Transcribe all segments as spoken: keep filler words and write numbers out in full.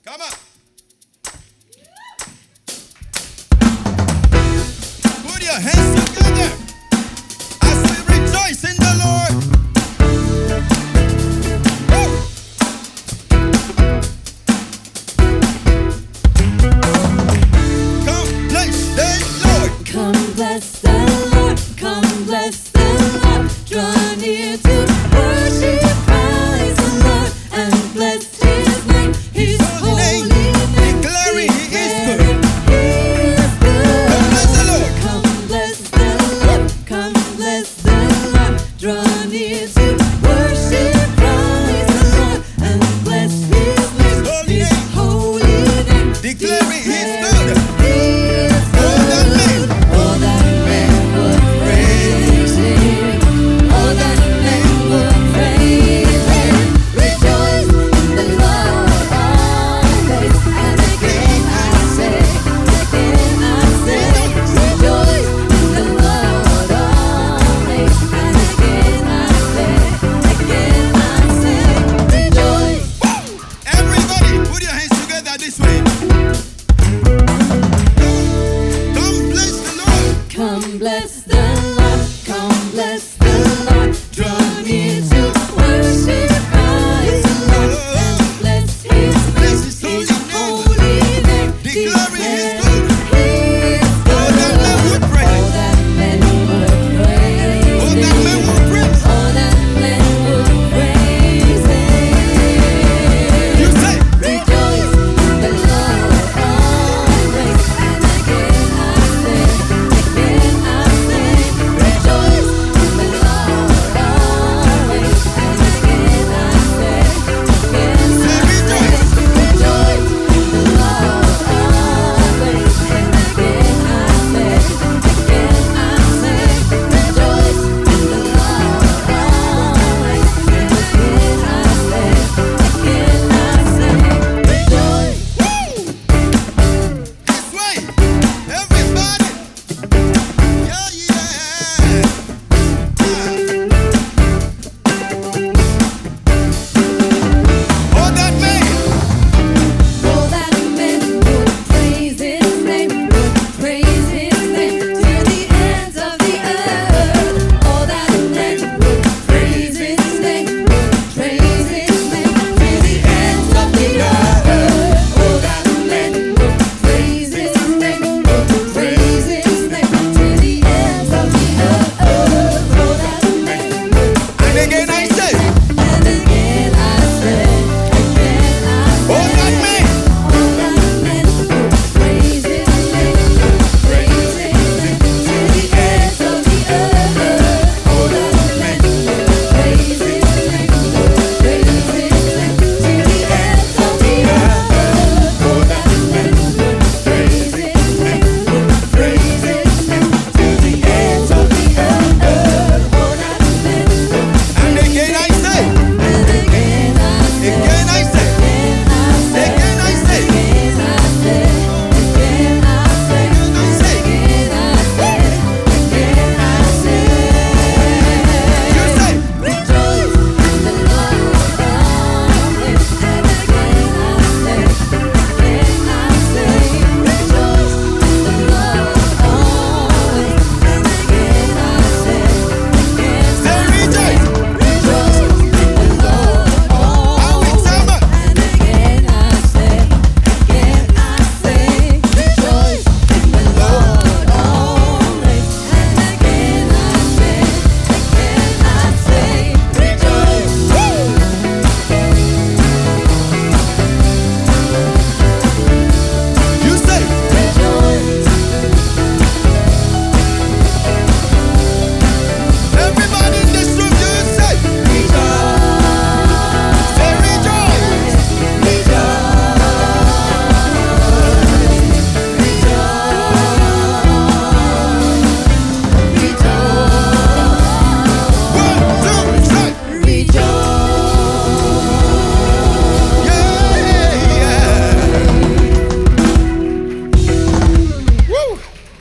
Come on. Put your hands together as we rejoice in the Lord. Woo. Come bless the Lord. Come bless the Lord. Come bless the Lord. Draw near to worship, praise the Lord, and bless His name. His holy name. Declaring He is good. He is good. Come bless the Lord. Come bless the Lord. Come bless the Lord. Draw near to worship, praise the Lord, and bless His name. Holy His name. holy name. Declaring He is good. He is Oh, that man. Oh, that man would praise Him. Oh, that man would praise Him. Rejoice in the Lord always. And again I say, again I say, rejoice in the Lord always. And again I say, again I say, rejoice. Everybody, put your hands together this way. Come bless the Lord. Come bless the Lord, come bless the Lord. Draw near to worship, praise the Lord, and bless His Bless name. His His holy holy name. Declaring He is Declare good. He is Oh, that man would good. praise. Oh, that men would praise Oh, that man Him. would praise. Oh, that men would praise Him. You say, Rejoice in the Lord always. And again I say, again I say, rejoice in the Lord always. And again I say, again I Say say, rejoice. rejoice in the Lord always. And again I say, again I say, rejoice in the Lord always. And again I say, again I say, rejoice. this way. Everybody. Yeah, yeah. Oh, that man. Oh, that men would praise His name, would praise His name to the ends of the earth. Oh, that men would praise His name, would praise His name to the ends of the earth. Oh, that men would praise His name, would praise His name to the ends of the earth. Oh, that men would. And again I say, And again I say, again I say. oh, that man. All that men would praise His name, praise His name to the ends of the earth. All that men would praise His name, praise His name to the ends of the earth. All that men would praise His name, praise His name to the ends of the earth. All that men would. And again I say, And again I say, again I say, again I say, again I say, again I say, again I say, again I say, again I say, you say, rejoice in the Lord always. And again I say, again I say, rejoice in the Lord always. And again I say, again say I rejoice. rejoice in the Lord How we always. tell me? And again I say, again I say, rejoice in the Lord always. And again I say, again I say, rejoice. You say, Rejoice. everybody in this room, you say, say rejoice. One, two, say, yeah, yeah. Woo.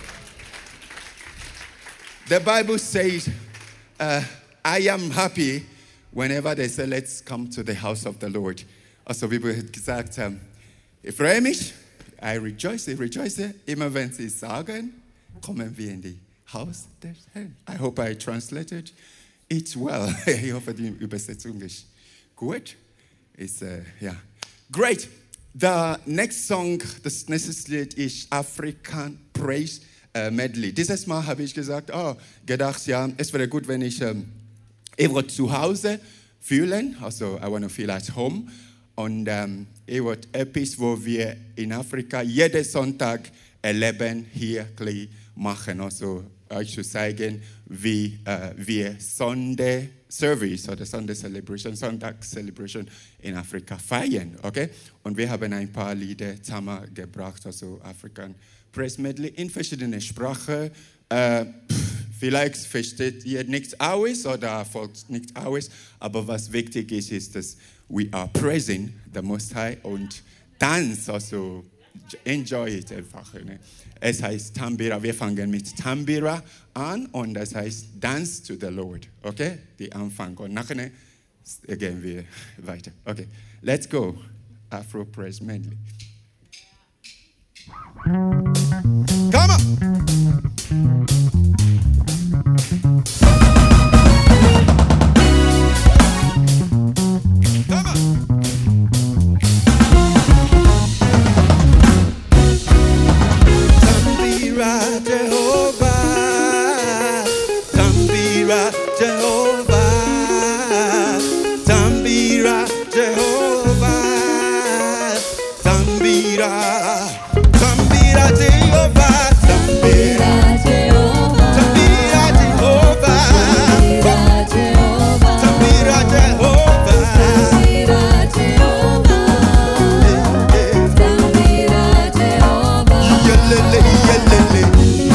The Bible says, uh, I am happy whenever they say, let's come to the house of the Lord. Also, wie gesagt, ähm, Ich freue mich. I rejoice, ich rejoice. Immer wenn Sie sagen, kommen wir in die Haus des Herrn. I hope I translated it well. Ich hoffe, die Übersetzung ist gut. Ist, uh, yeah. Great. The next song, das nächste Lied ist African Praise uh, Medley. Dieses Mal habe ich gesagt, oh, gedacht, ja, es wäre gut, wenn ich um, irgendwo zu Hause fühlen. Also, I want to feel at home. Und um, ich wollte etwas, wo wir in Afrika jeden Sonntag erleben, hier gleich machen. Also, euch zu zeigen, wie uh, wir Sunday Service oder Sunday Celebration, Sonntag Celebration in Afrika feiern, okay? Und wir haben ein paar Lieder zusammengebracht, also African Praise Medley in verschiedenen Sprachen. Äh, vielleicht versteht ihr nichts aus oder folgt nichts aus, aber was wichtig ist, ist, dass we are praising the Most High und Tanz, also enjoy it einfach. Ne? Es heißt Tambira, wir fangen mit Tambira an und das heißt Dance to the Lord, okay? Die Anfang und nachher gehen wir weiter. Okay, let's go. Afro Praise Medley. Come on! Come on! Tambira Jehovah, Tambira Jehovah, Tambira Jehovah, Tambira, Tambira Jehovah, Tambira Jehovah, Tambira Jehovah, Tambira Jehovah, Tambira Jehovah, yelele yelele.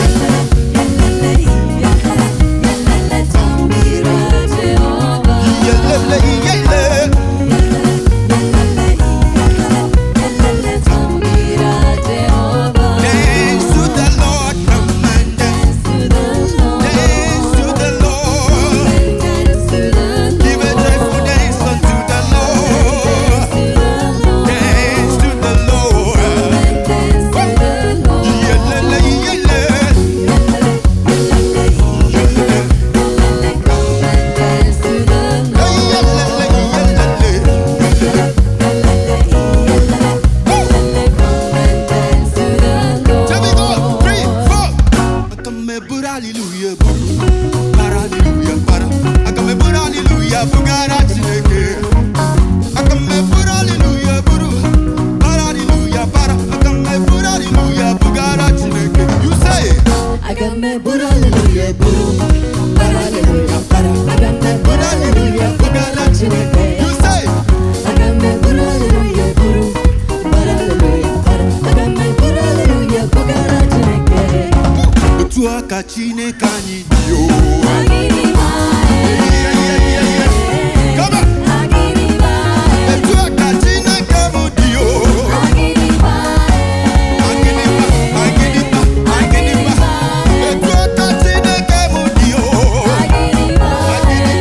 Kachine kanyi dio. Agiri mae. Come on. Agiri mae. Etua kachine kamu dio. Agiri mae. Agiri ma, agiri ma, agiri ma. Etua kachine kamu dio. Agiri mae. Agiri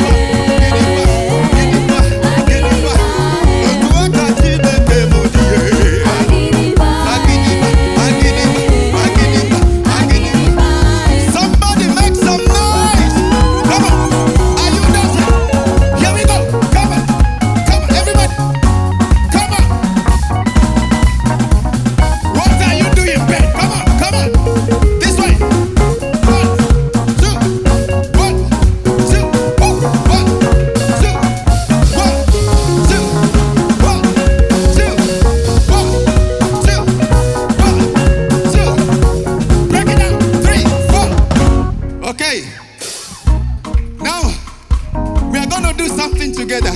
ma, agiri ma, agiri ma, agiri ma. Etua kachine kamu dio. Agiri mae. Agiri ma, agiri ma, agiri ma, agiri ma. Somebody make some noise. Come on. Are you dancing? Here we go. Come on. Come on, everybody. Come on. What are you doing, Ben? Come on. Come on. This way. One, two, one, two, oh, one, two, one, two, one, two, one, two, one, two. Break it down. Three, four. Okay. Now we are gonna do something together.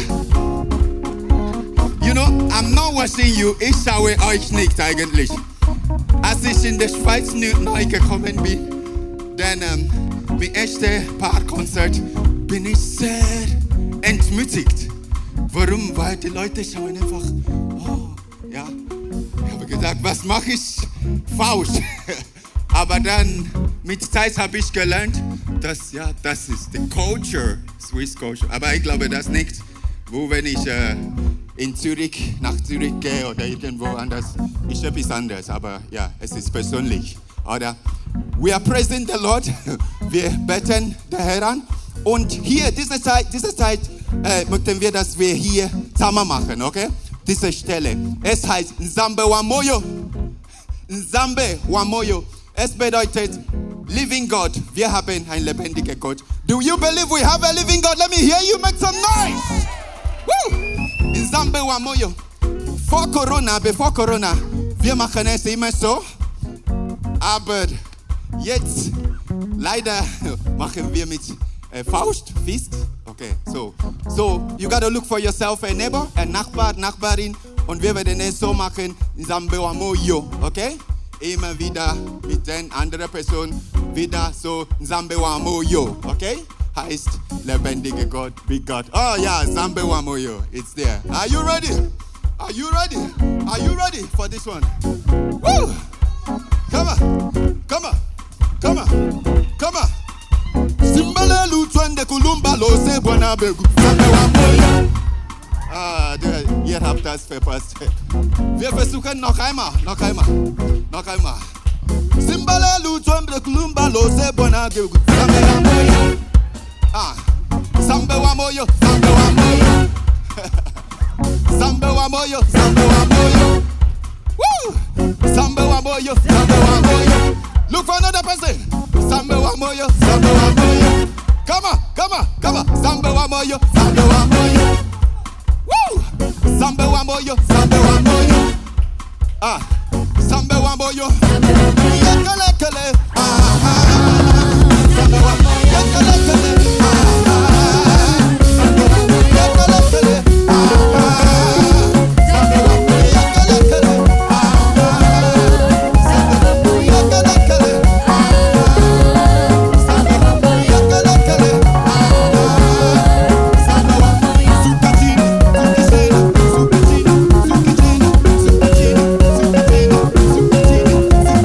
You know, I'm not watching you. Ich schaue euch nicht eigentlich. Als ich in der Schweiz neu gekommen bin, dann ähm, mein erstes Paarkonzert, bin ich sehr entmutigt. Warum? Weil die Leute schauen einfach, oh, ja. Ich habe gedacht, was mache ich falsch? Aber dann, mit Zeit habe ich gelernt, dass, ja, das ist die Culture, Swiss Culture. Aber ich glaube das nicht, wo wenn ich äh, in Zürich, nach Zürich gehe oder irgendwo anders, ist etwas anderes. Aber ja, es ist persönlich, oder? We are praising the Lord. Wir beten den Herrn an. Und hier, diese Zeit, diese Zeit äh, möchten wir, dass wir hier zusammen machen, okay? Diese Stelle. Es heißt Nzambe wa moyo. Nzambe wa moyo. Es bedeutet Living God. Wir haben einen lebendigen Gott. Do you believe we have a living God? Let me hear you make some noise. Woo! Nzambe wa moyo. Vor Corona, bevor Corona, wir machen es immer so. Aber jetzt, leider, machen wir mit äh, Faust, Fist. Okay, so. So, you gotta look for yourself a neighbor, ein Nachbar, Nachbarin. Und wir werden es so machen, Nzambe wa moyo, okay? Immer wieder mit den anderen Personen, wieder so Nzambe wa moyo, okay? Heißt lebendiger Gott, big God. Oh ja, Nzambe wa moyo, it's there. Are you ready? Are you ready? Are you ready for this one? Woo! Come on, come on, come on, come on. Simbele lutwende kulumba lose bwana begu. Nzambe wa moyo. Ah, ihr habt das verpasst. Wir versuchen noch einmal, noch einmal, noch einmal. Simbele lutwende kulumba lose bwana begu. Nzambe wa moyo. Ah, Nzambe wa moyo, Nzambe wa moyo. Nzambe wa moyo, Nzambe wa moyo. Woo! Nzambe wa moyo, Nzambe wa moyo. Look for another person. Nzambe wa moyo, Nzambe wa moyo. Come on, come on, come on. Nzambe wa moyo, Nzambe wa moyo. Woo! Nzambe wa moyo, Nzambe wa moyo. Ah, Nzambe wa moyo. Yekele kele. Ah, ah. Nzambe wa moyo. Yekele kele. Ah, ah. Nzambe wa moyo. Yekele kele. Ah, ah. Nzambe wa moyo. Yekele kele. Ah, ah. Nzambe wa moyo. Yekele kele. Ah, ah. Nzambe wa moyo. Yekele kele. Ah, ah. Nzambe wa moyo. Sukachini, sukachini, sukachini, sukachini, sukachini, sukachini, sukachini,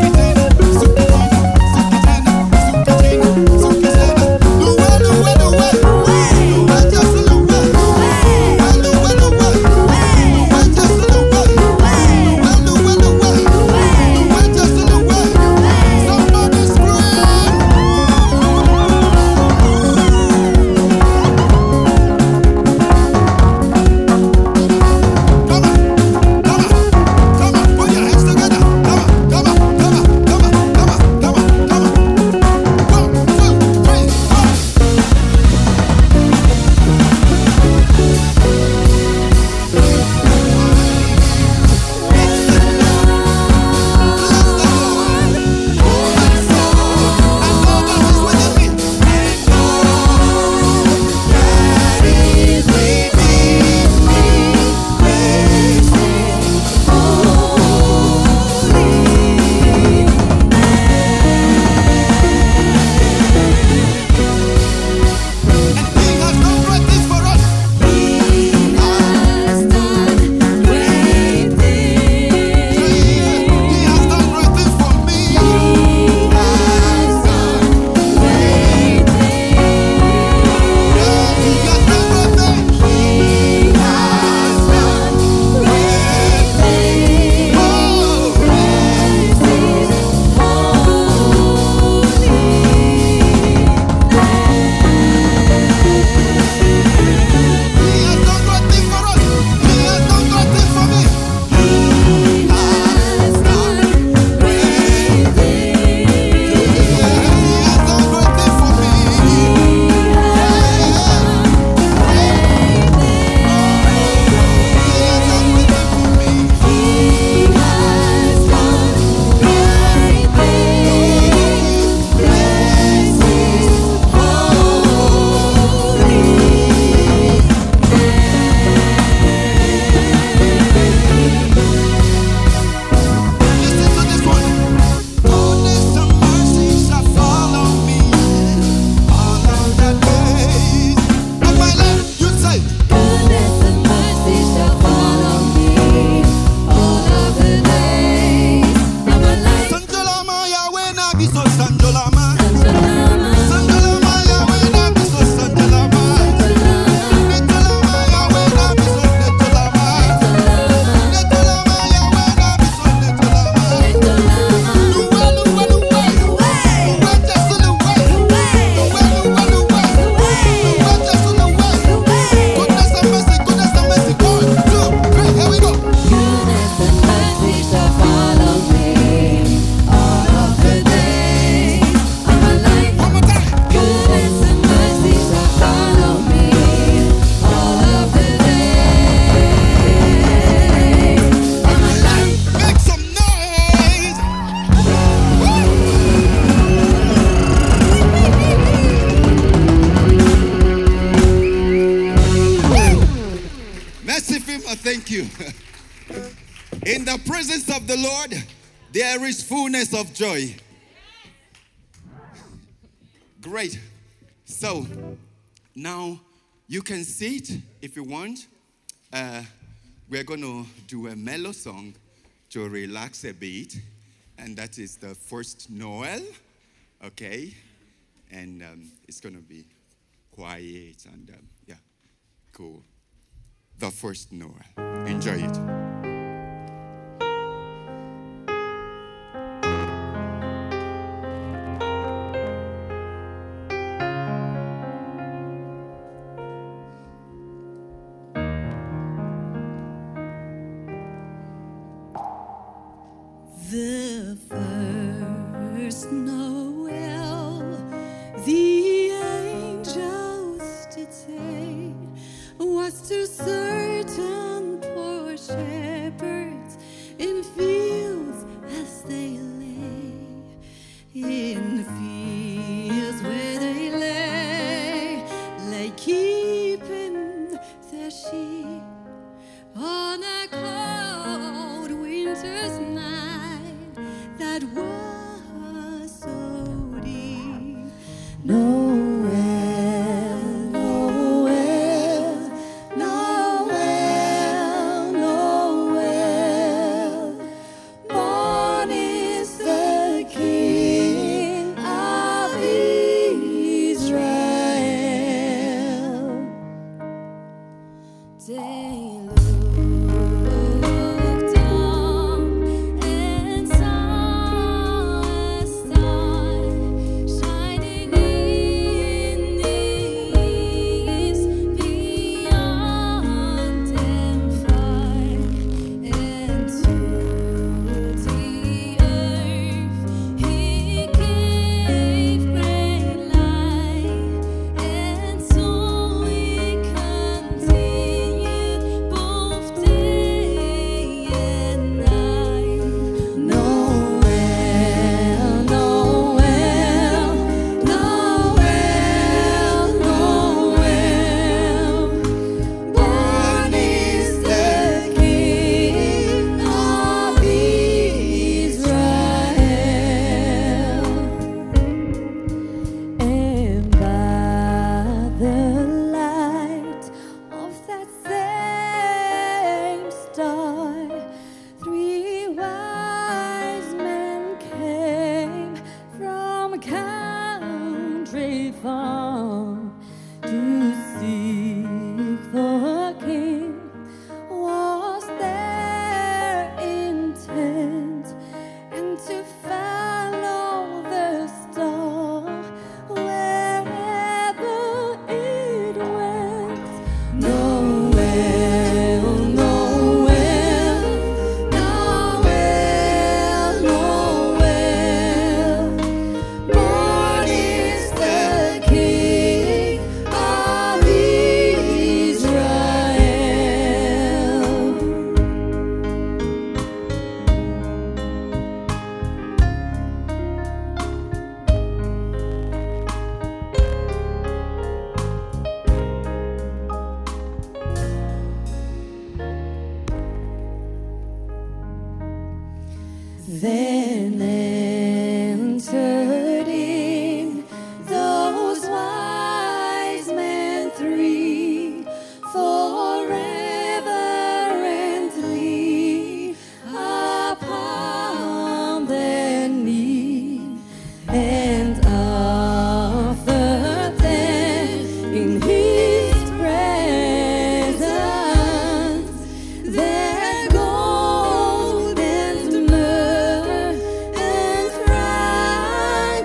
In the presence of the Lord, there is fullness of joy. Great. So, now you can sit if you want. Uh, we're going to do a mellow song to relax a bit. And that is the first Noel. Okay? And um, it's going to be quiet and, um, yeah, cool. The first Noel. Enjoy it. The first Noel, the angels did say, was to certain poor shepherds in fields as they lay, in fields where they lay, like keeping their sheep on a cold winter's night that was so deep. Noel, Noel, Noel, Noel, born is the King of Israel. They looked up and saw a star shining in the east beyond them far, and to the earth he gave great light, and so it continued both day and night. Noel, Noel, Noel, Noel, born is the King of Israel. And by the light of that same star, three wise men came from country far to seek the King. Was their intent, and to follow the star wherever it went. Noel, Noel, Noel, Noel, born is the King of Israel. Then entered in those wise men three, for reverently upon their knee, and offered them in his presence their gold and myrrh and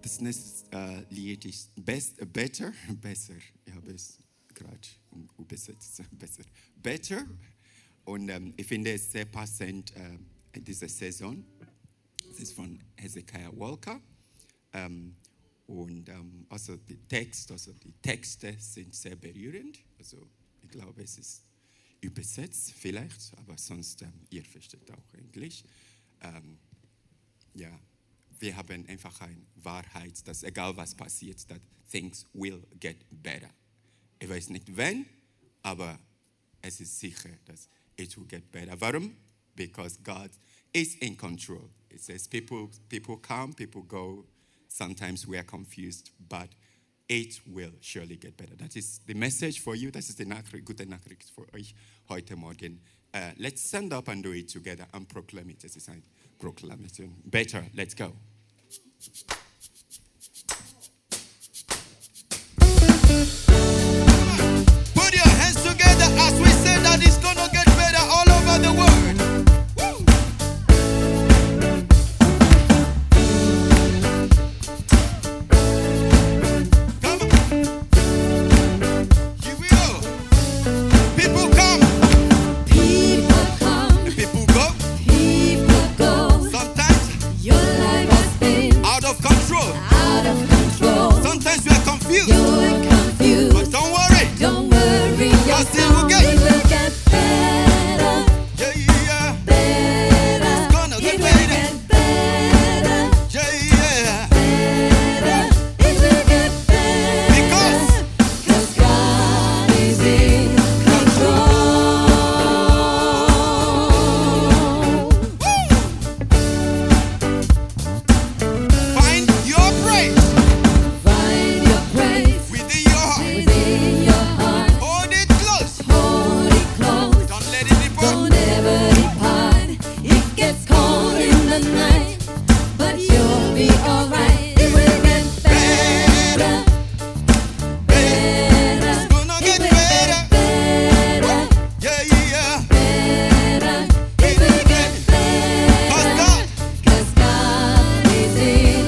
das nächste äh, Lied ist Best, Better, besser. Ich habe es gerade übersetzt, besser. Better. Und ähm, ich finde es sehr passend äh, in dieser Saison. Es ist von Hezekiah Walker. Ähm, und ähm, also die Text, also die Texte sind sehr berührend. Also ich glaube, es ist übersetzt vielleicht, aber sonst ähm, ihr versteht auch Englisch. Ähm, ja, wir haben einfach eine Wahrheit, dass egal was passiert, that things will get better. Ich weiß nicht wann, aber es ist sicher, dass it will get better. Warum? Because God is in control. It says people, people come, people go. Sometimes we are confused, but it will surely get better. That is the message for you. Das ist die Nachricht, gute Nachricht für euch heute Morgen. Uh, let's stand up and do it together and proclaim it. Es ist eine Proklamation. Better, let's go. Put your hands together as we say that it's gonna get better all over the world. Woo! Come on. Here we go. People come. People come, And people go. people go. Sometimes Your life has been out of control. out of control. Sometimes we are confused. You're confused. But don't worry. Don't worry, your Cause it will song get- it will get better, Yeah, yeah, better. It's gonna It get will better. get better, yeah, yeah. better. It will get better. Because 'Cause God is in control. find your praise Find your praise within your heart. within your heart. Hold it close. Hold it close. Don't let it depart. Don't ever depart. It gets cold in the night, but you'll be alright. It will get better, better. It's gonna It get will better. get better, Yeah, yeah. better. It will get better. 'Cause God, 'Cause God is in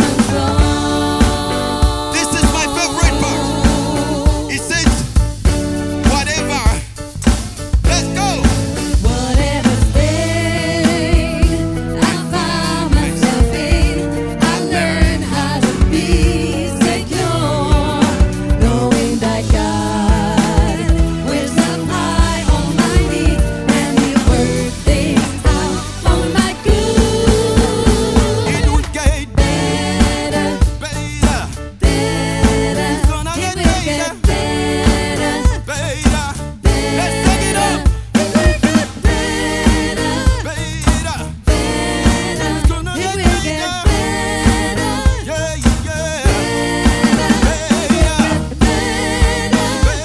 control. this is my favorite part. It says, whatever. Let's go. Whatever state I found myself in, I learned how to be secure, knowing that God will supply all my needs and He'll work things out for my good. It would get Better, better. better, gonna it get will get better. Better. Let's take it up. It will get better, Better. better. It's gonna It get will get better. better, Yeah, yeah. better. Better. Better,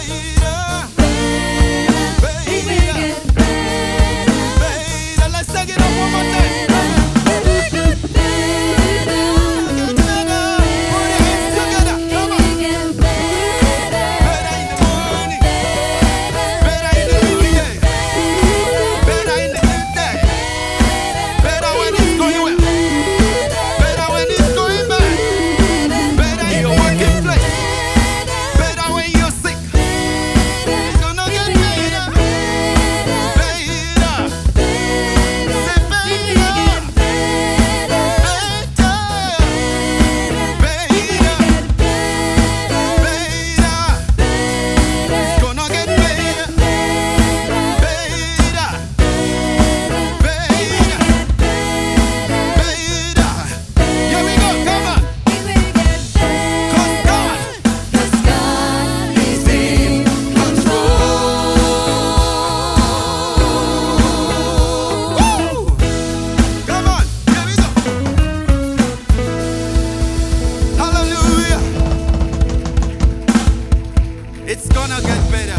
Better. it will get better. Better. Let's take it up one more time. It will get better. Better. Put your hands together. It Come on. will get better. Better in the morning. Better in the evening. Better in the midday. Better when it's going well. Better when it's going bad. Better in your working place. Better when you're sick. It's gonna get better. Better. Say better. It's gonna get better.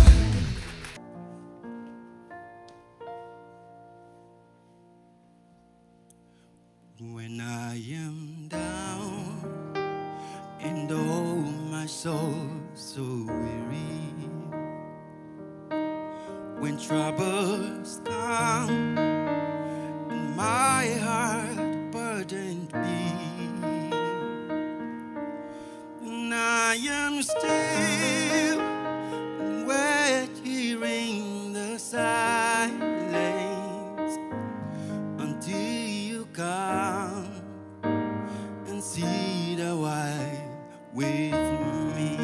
When I am down and oh my soul so weary, when troubles come and my heart burdened be, am still wait here in the silence until you come and see the while with me.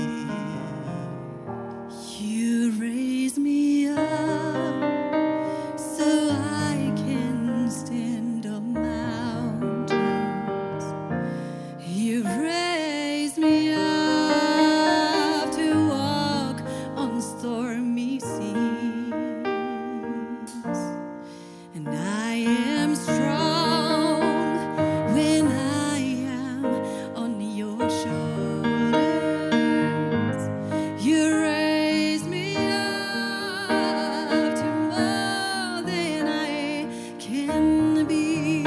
You raise me up so I can stand on mountains. You raise me up to walk on stormy seas. And I am strong when I am on your shoulders. You raise me up to more than I can be.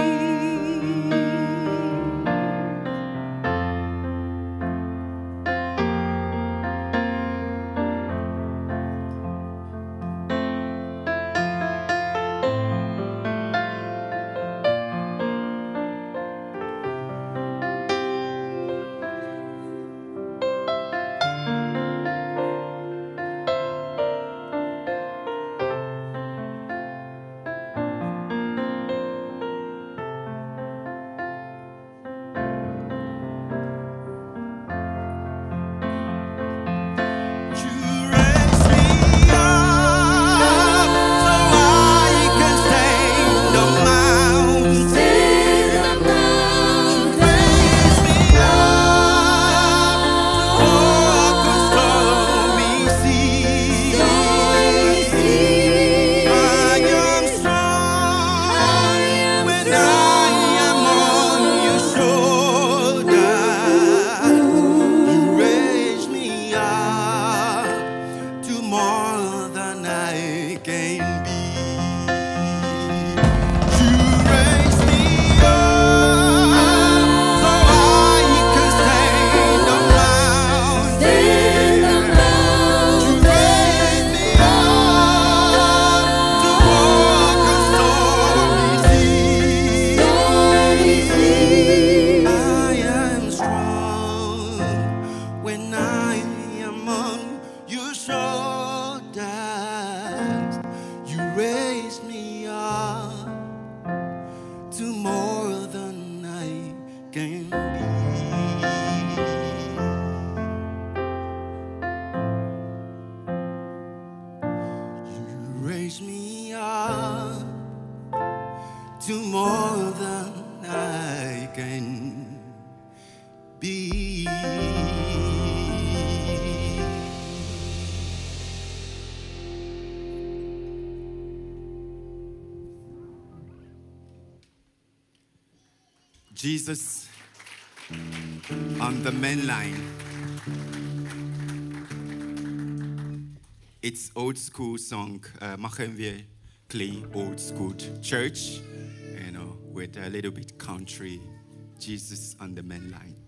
You raise me up so I can stand the mountain. Stand the mountain. Raise me up to walk on stormy seas. I am strong when I am on your shoulders. You raise me up to more than I can be. You raise me up so I can stand the mountain. You raise me up to walk on stormy seas. I am strong when I am on your shoulders. You raise me up to more than I can be. You raise me up to more than I can be. Jesus on the main line. It's old school song. Uh, machen wir play old school church, you know, with a little bit country. Jesus on the main line.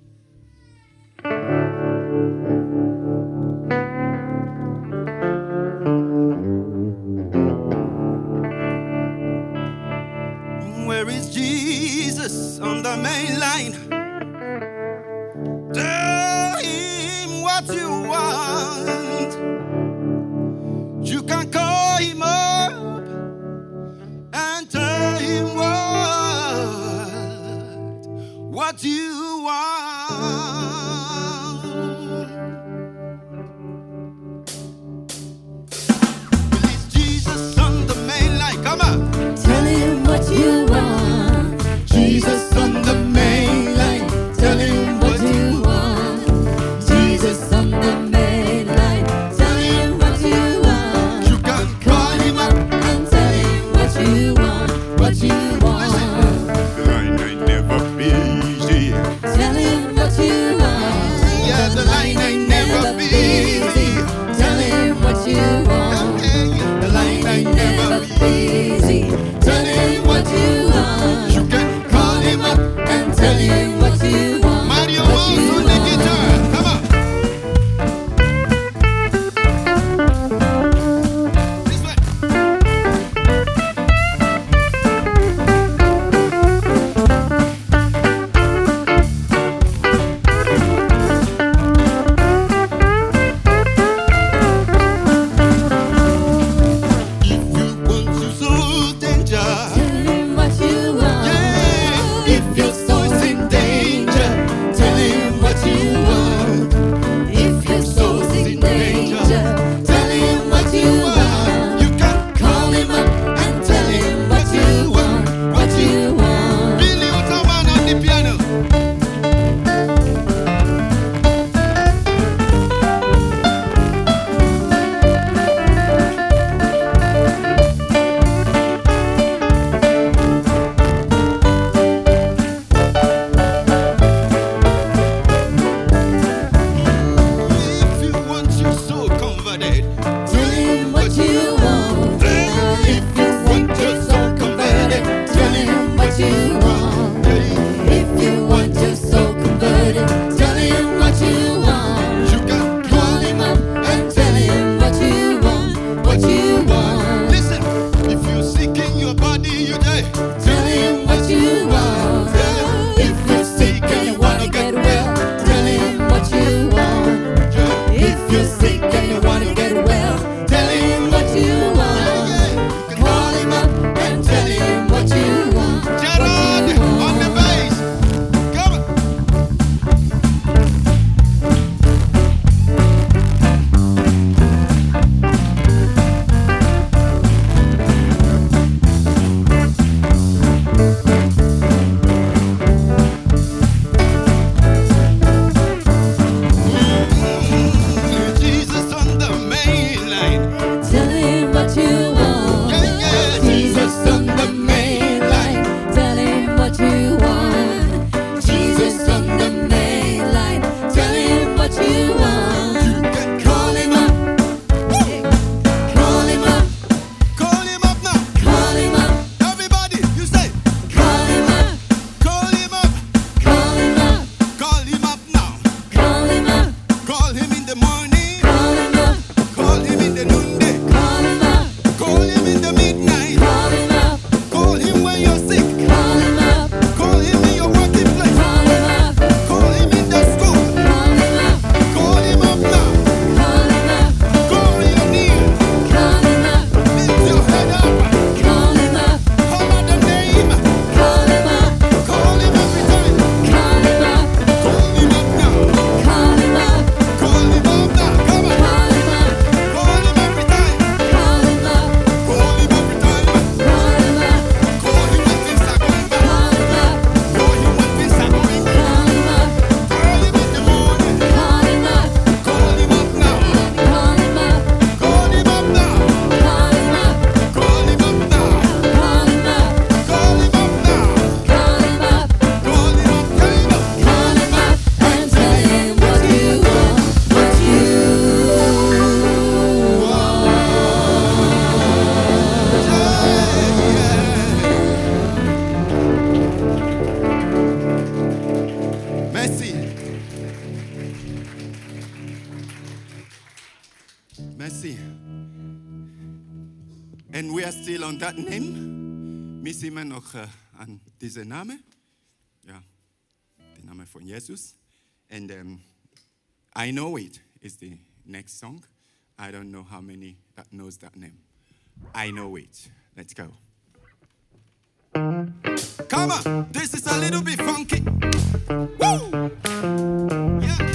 Where is Jesus on the main line? Tell him what you want. You can call him up and tell him what, what you want. Is Jesus on the main line? Come on. Tell him what you want. Jesus on the main line. Tell him What you want. Jesus on the main line. Tell him what you want. you can call him up. And tell him what you want. What you want. The line ain't never busy. Tell him what you want. Yeah, the line ain't never busy. Tell him what you want. The line ain't never Never busy. busy. Tell him what you want. Merci. Merci. And we are still on that name. Wir sind immer noch äh, an diesem Namen. Ja, der Name von Jesus. And um, I Know It is the next song. I don't know how many that knows that name. I Know It. Let's go. Come on, this is a little bit funky. Woo! Yeah.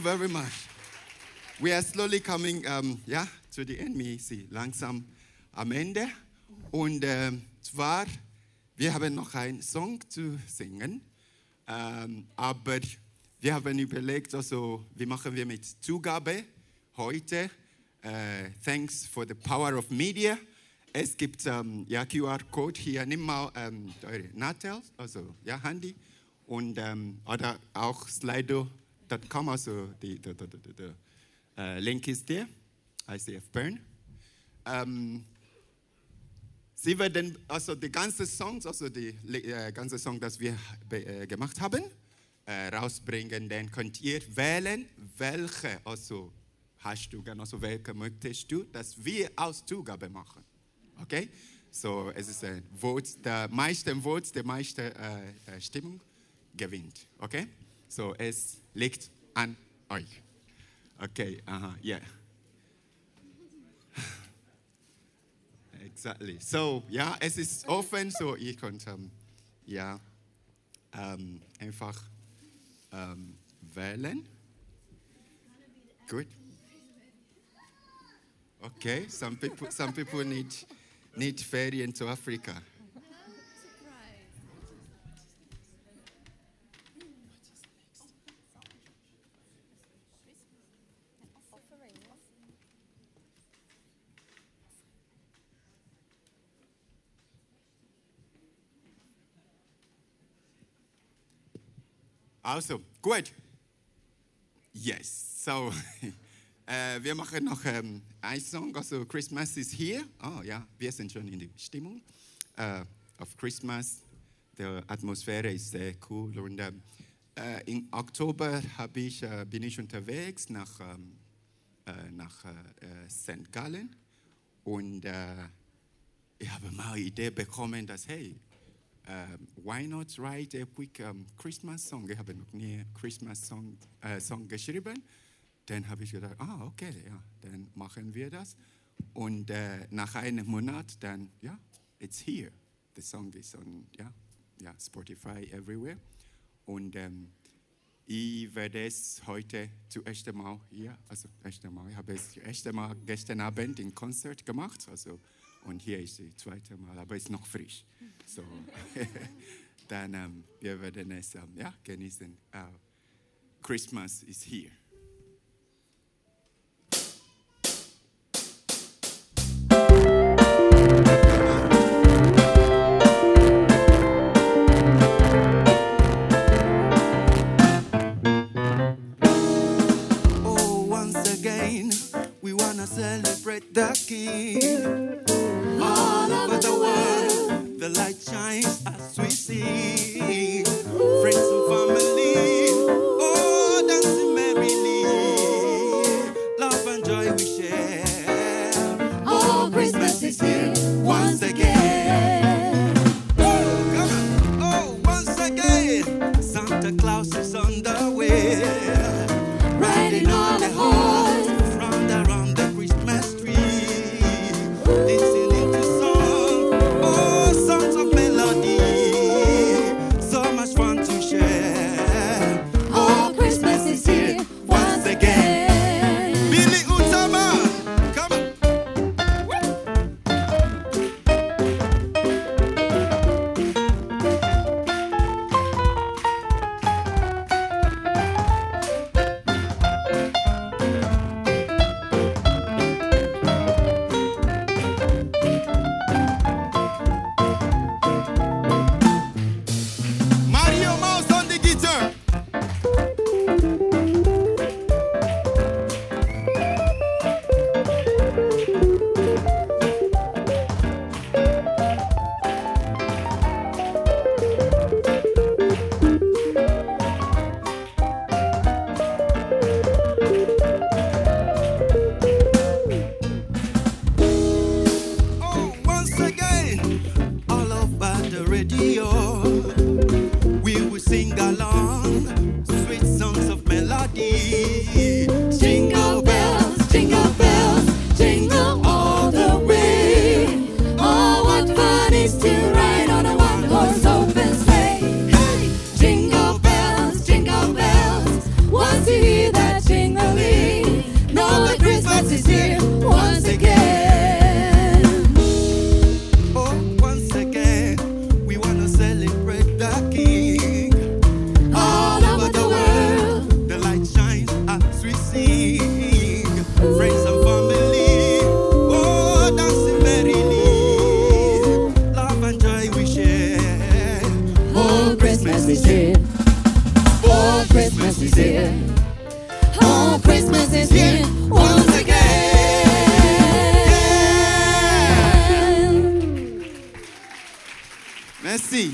very much. We are slowly coming um, yeah, to the end. Wir sind langsam am Ende. Und ähm, zwar, wir haben noch einen Song zu singen. Ähm, aber wir haben überlegt, also, wie machen wir mit Zugabe heute? Uh, thanks for the power of media. Es gibt um, ja, Q R-Code hier. Nimm mal um, eure Natel, also ja, Handy. Und um, oder auch Slido Punkt com, also die, die, die, die, die uh, Link ist der. I C F Bern. Um, Sie werden also die ganzen Songs, also die äh, ganze Song, das wir äh, gemacht haben, äh, rausbringen. Dann könnt ihr wählen, welche also hast du gerne, also welche möchtest du, dass wir als Zugabe machen. Okay? So, es ist ein Vote, der meiste Vote, der meiste äh, Stimmung gewinnt. Okay? So, es liegt an euch. Okay, aha, yeah. Exactly. So, ja, es ist offen, so ihr könnt um, ja, um, einfach um, wählen. Gut. Okay, some people, some people need, need Ferien to Africa. Also, gut. Yes, so, äh, wir machen noch ähm, einen Song, also Christmas is here. Oh ja, wir sind schon in der Stimmung äh, auf Christmas. Die Atmosphäre ist sehr cool. Und äh, im Oktober hab ich, äh, bin ich unterwegs nach, ähm, äh, nach äh, Sankt Gallen. Und äh, ich habe mal eine Idee bekommen, dass, hey, Um, why not write a quick um, Christmas song? Ich habe noch nie einen Christmas Song, äh, Song geschrieben. Dann habe ich gedacht, ah, okay, ja, dann machen wir das. Und äh, nach einem Monat, dann, ja, it's here. The song is on, ja, ja, Spotify, everywhere. Und ähm, ich werde es heute zum ersten Mal hier, also erste Mal, ich habe es das erste Mal gestern Abend im Konzert gemacht, also und hier ist das zweite Mal, aber es ist noch frisch. So, dann um, wir werden es um, ja, genießen. Uh, Christmas is here. Oh, once again, we wanna celebrate the King. All over the world, the light shines as we sing. Friends and family, oh, dancing merrily. Love and joy we share. Oh, Christmas is here once again. Oh, come on. Oh, once again, Santa Claus is on the way. Riding on a horse. Round around the Christmas tree. Listening to song, oh, songs of melody. So much fun to share. Oh, Christmas is here once again. Billy Utama, come on. Mario Mouse on the guitar. Oh, once again, all over the radio, we will sing along sweet songs of melody. Jingle bells, jingle bells, jingle all the way. Oh, what fun is to ride on a one-horse open sleigh. Hey, jingle bells, jingle bells. Once you hear that jingle Merci.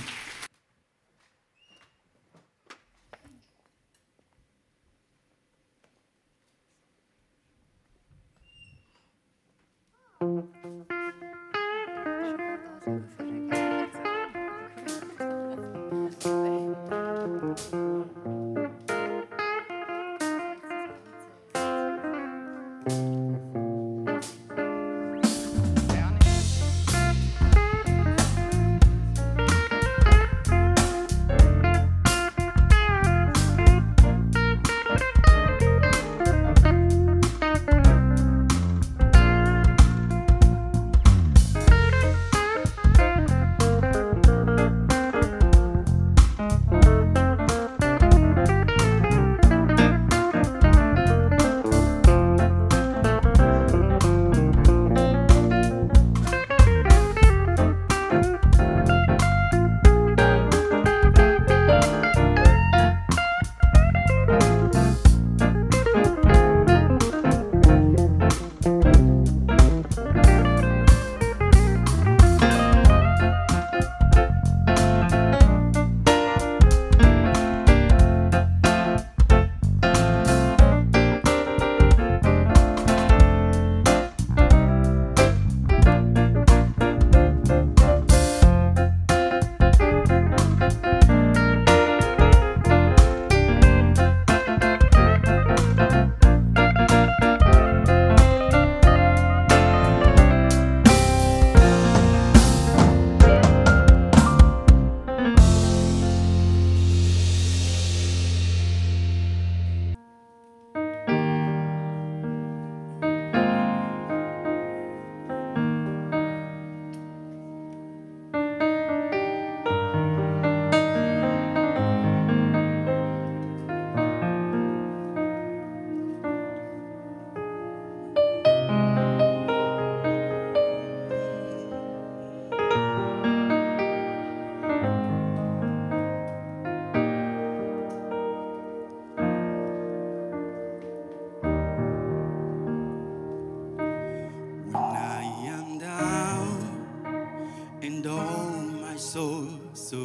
soul so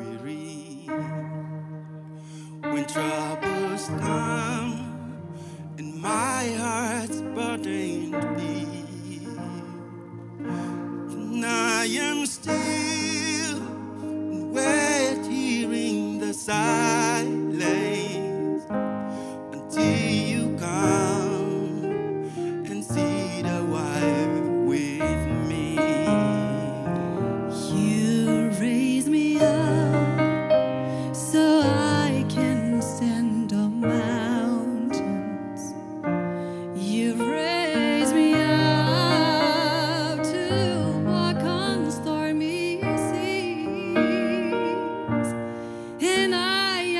weary. When troubles come and my heart's burdened be, and I am still and wait hearing the silence until you come and see the wild with me. You raise me up so I can stand on mountains. You raise me up to walk on stormy seas, and I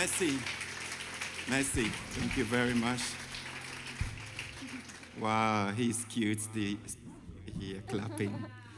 Merci. Merci. Thank you very much. Wow, he's cute. The, here clapping.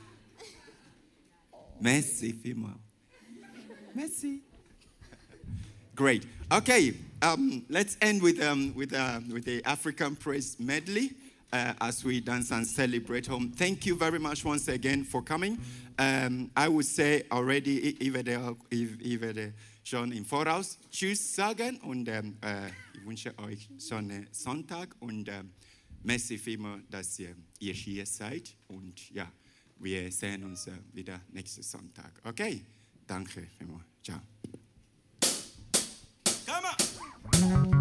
Merci, Fimo. Merci. Great. Okay, um, let's end with um, with um, with the African praise medley uh, as we dance and celebrate home. Thank you very much once again for coming. Um, I would say already, ich werde, ich werde schon im Voraus Tschüss sagen und ähm, äh, ich wünsche euch so einen Sonntag und ähm, merci vielmals, dass ihr, ihr hier seid und ja, wir sehen uns äh, wieder nächsten Sonntag. Okay, danke vielmals. Ciao. Come on.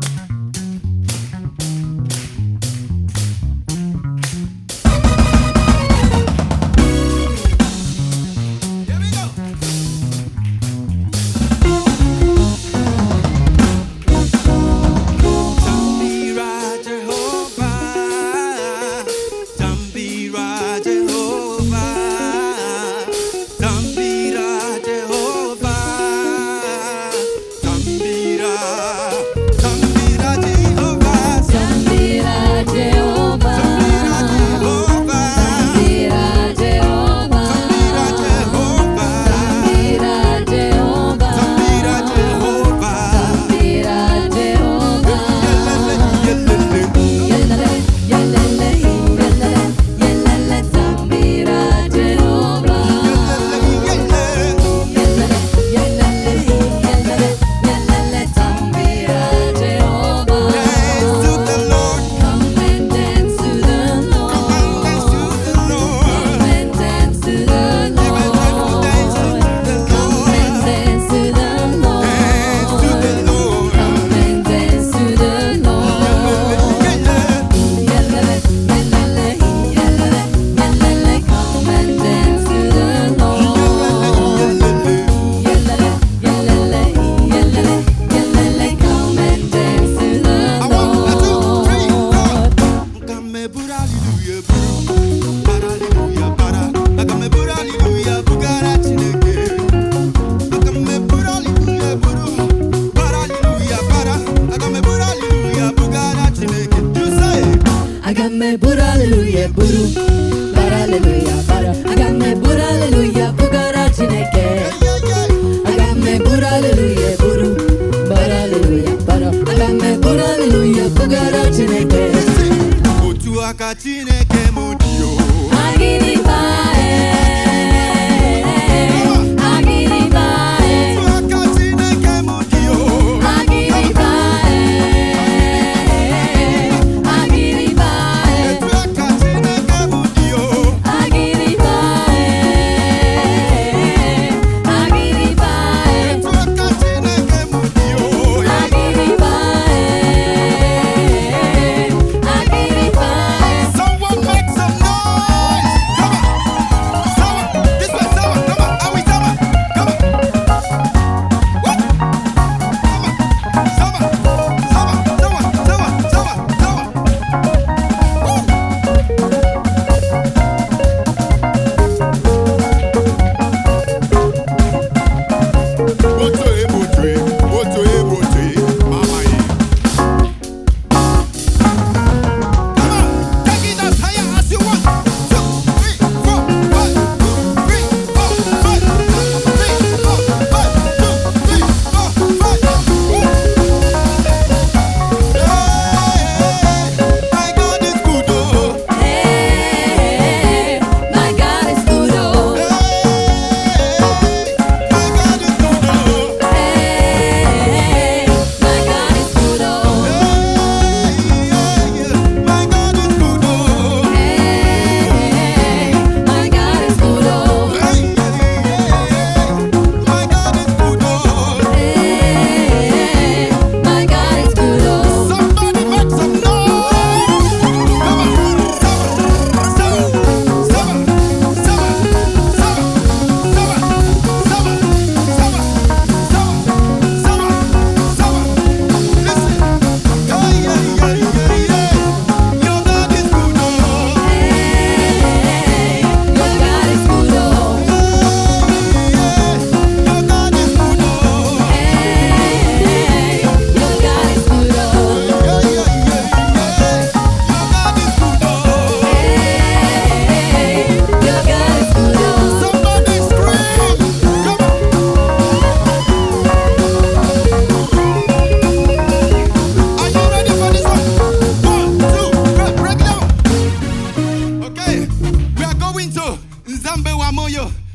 Someone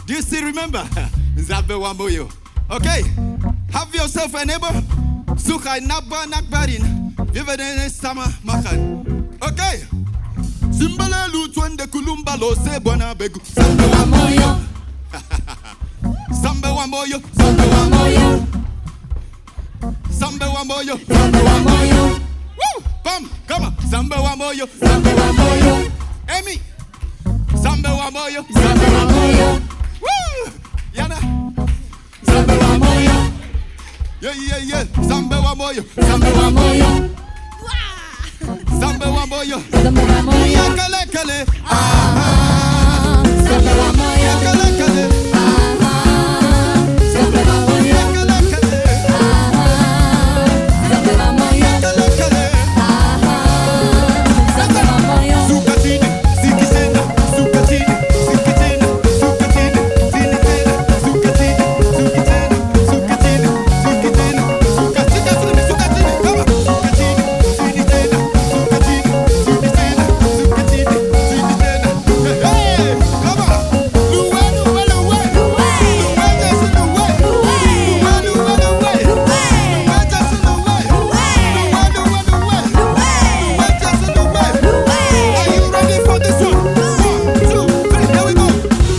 Do you still remember? Nzambe wa moyo. Okay. Have yourself a neighbor. Such ein Nachbar, Nachbarin. Wir werden es zusammen machen. Okay. Simbalelu twende kulumbalo se bwana begu. Nzambe wa moyo. Nzambe wa moyo. Nzambe wa moyo. Nzambe wa moyo. Nzambe wa moyo. Woo! Bam! Come on. Nzambe wa moyo. Nzambe wa moyo. Amy. Nzambe wa moyo. Nzambe wa moyo. Woo! Yana. Nzambe wa moyo. Yeah, yeah, yeah. Nzambe wa moyo. Nzambe wa moyo. Nzambe wa moyo. Nzambe wa moyo. Yakale kale. Aha. Nzambe wa moyo. Yakale kale. Aha. Nzambe wa moyo. Yakale kale. Aha. Nzambe wa moyo. Yakale kale. Aha. Nzambe wa moyo. Sukatini, sikisena, sukatini, sikitena, sukatini, sinitena, sukatini, sukitena, sukatini, sikitena, sukatika, sukatini, sukatini, come on. Sukatini, sinitena, sukatini, sikitena, sukatini, sinitena. Hey, come on. Luwe, luwe, luwe. Luwe, just luwe. Luwe, luwe, luwe. Luwe, just luwe. Luwe, luwe, luwe. Luwe, just luwe. Are you ready for this one? One, two, three, here we go.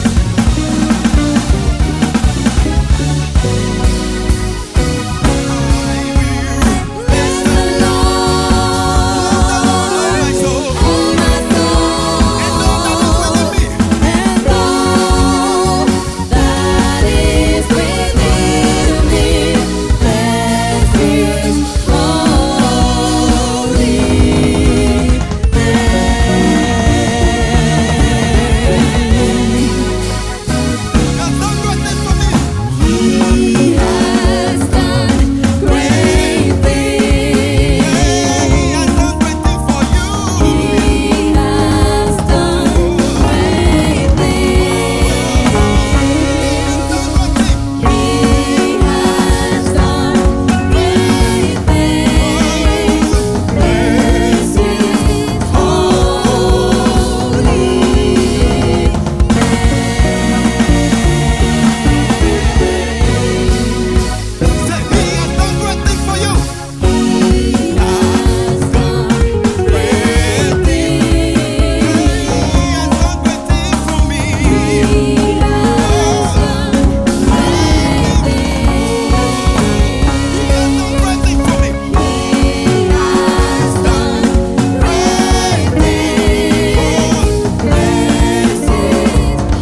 Bless the Lord, My soul, oh my soul, and all that is within me. and all that is within me. Bless His holy name. That's not good thing for me. He has done great things. He has done great things for you. He has done great things. He has done great things. Bless His holy name. Say, He has done great things for you. He has done great things. He has done great things for me. He has done great things. He has done great things for me. He has done great things. Bless His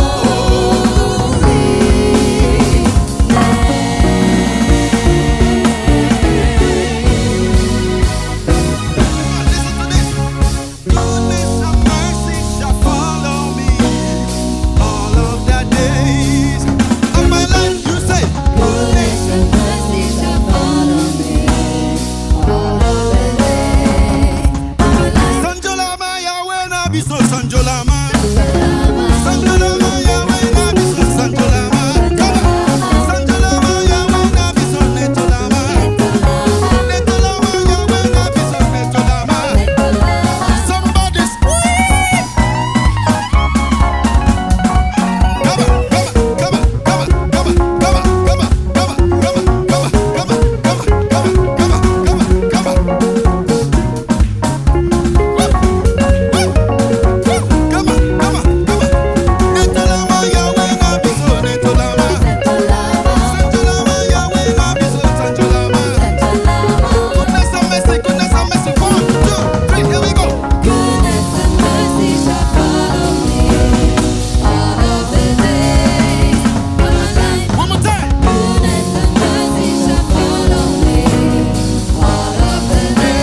Listen to this. Goodness and mercy shall follow me all of the days of my life. You say, Goodness and mercy shall follow me all of the days of my life. Sanjolama Yahweh na biso Sanjolama. Salama, Sanjolama Yahweh na biso Sanjolama. Come on. Sanjolama Yahweh na biso Netolama. Netolama Yahweh na biso Netolama. Somebody scream! Come on, come on, come on, come on, come on, come on, come on, come on, come on, come on, come on, come on, come on, come on, come on, come on. Woo! Woo! Woo! Come on, come on, come on. Netolama Yahweh na biso Netolama. Sanjolama Yahweh na biso Sanjolama. Goodness and mercy, goodness and mercy. One, two, three, here we go. Goodness and mercy shall follow me all of the days of my life. One more time. Goodness and mercy shall follow me all of the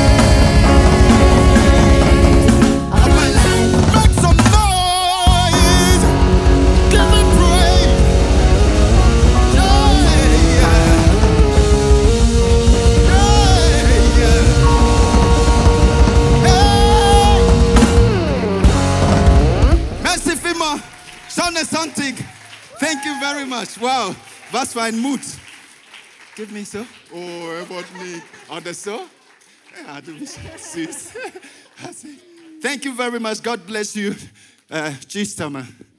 days of my life. Make some noise. Give me praise. Yeah, yeah. Yeah, yeah. Hey. Merci vielmals. Sonne Santig. Thank you very much. Wow. Was für ein Mut. Give me so. Oh, er wollte mich. Oder so? Ja, du bist süß. Thank you very much. God bless you. Uh, tschüss, Thomas.